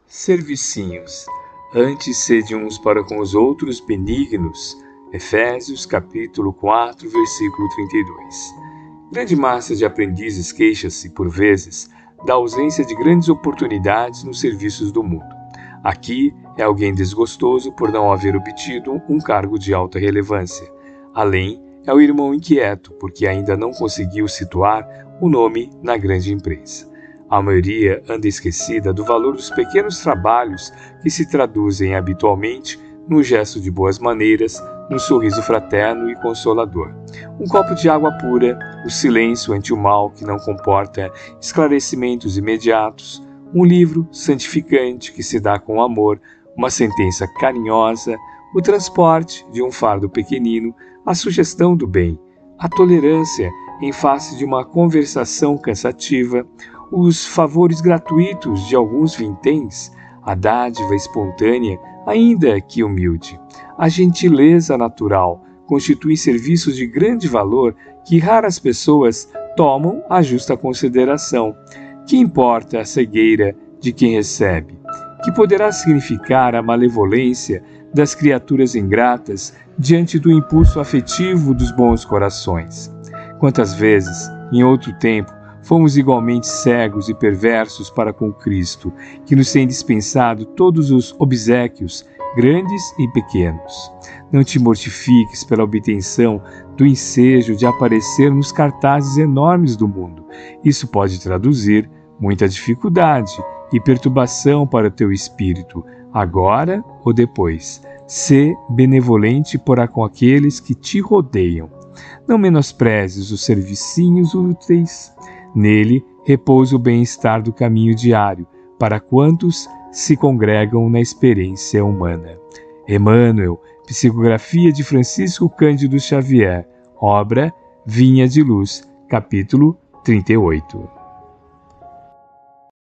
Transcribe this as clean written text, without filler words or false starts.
Servicinhos, antes sede uns para com os outros benignos. Efésios capítulo 4, versículo 32. Grande massa de aprendizes queixa-se, por vezes, da ausência de grandes oportunidades nos serviços do mundo. Aqui é alguém desgostoso por não haver obtido um cargo de alta relevância. Além, é o irmão inquieto porque ainda não conseguiu situar o nome na grande imprensa. A maioria anda esquecida do valor dos pequenos trabalhos que se traduzem habitualmente num gesto de boas maneiras, num sorriso fraterno e consolador. Um copo de água pura, o silêncio ante o mal que não comporta esclarecimentos imediatos, um livro santificante que se dá com amor, uma sentença carinhosa, o transporte de um fardo pequenino, a sugestão do bem, a tolerância em face de uma conversação cansativa, os favores gratuitos de alguns vinténs, a dádiva espontânea, ainda que humilde. A gentileza natural constitui serviços de grande valor que raras pessoas tomam a justa consideração. Que importa a cegueira de quem recebe? Que poderá significar a malevolência das criaturas ingratas diante do impulso afetivo dos bons corações? Quantas vezes, em outro tempo, fomos igualmente cegos e perversos para com Cristo, que nos tem dispensado todos os obséquios, grandes e pequenos. Não te mortifiques pela obtenção do ensejo de aparecer nos cartazes enormes do mundo. Isso pode traduzir muita dificuldade e perturbação para o teu espírito, agora ou depois. Sê benevolente para com aqueles que te rodeiam. Não menosprezes os servicinhos úteis. Nele repousa o bem-estar do caminho diário, para quantos se congregam na experiência humana. Emmanuel, psicografia de Francisco Cândido Xavier, obra Vinha de Luz, capítulo 38.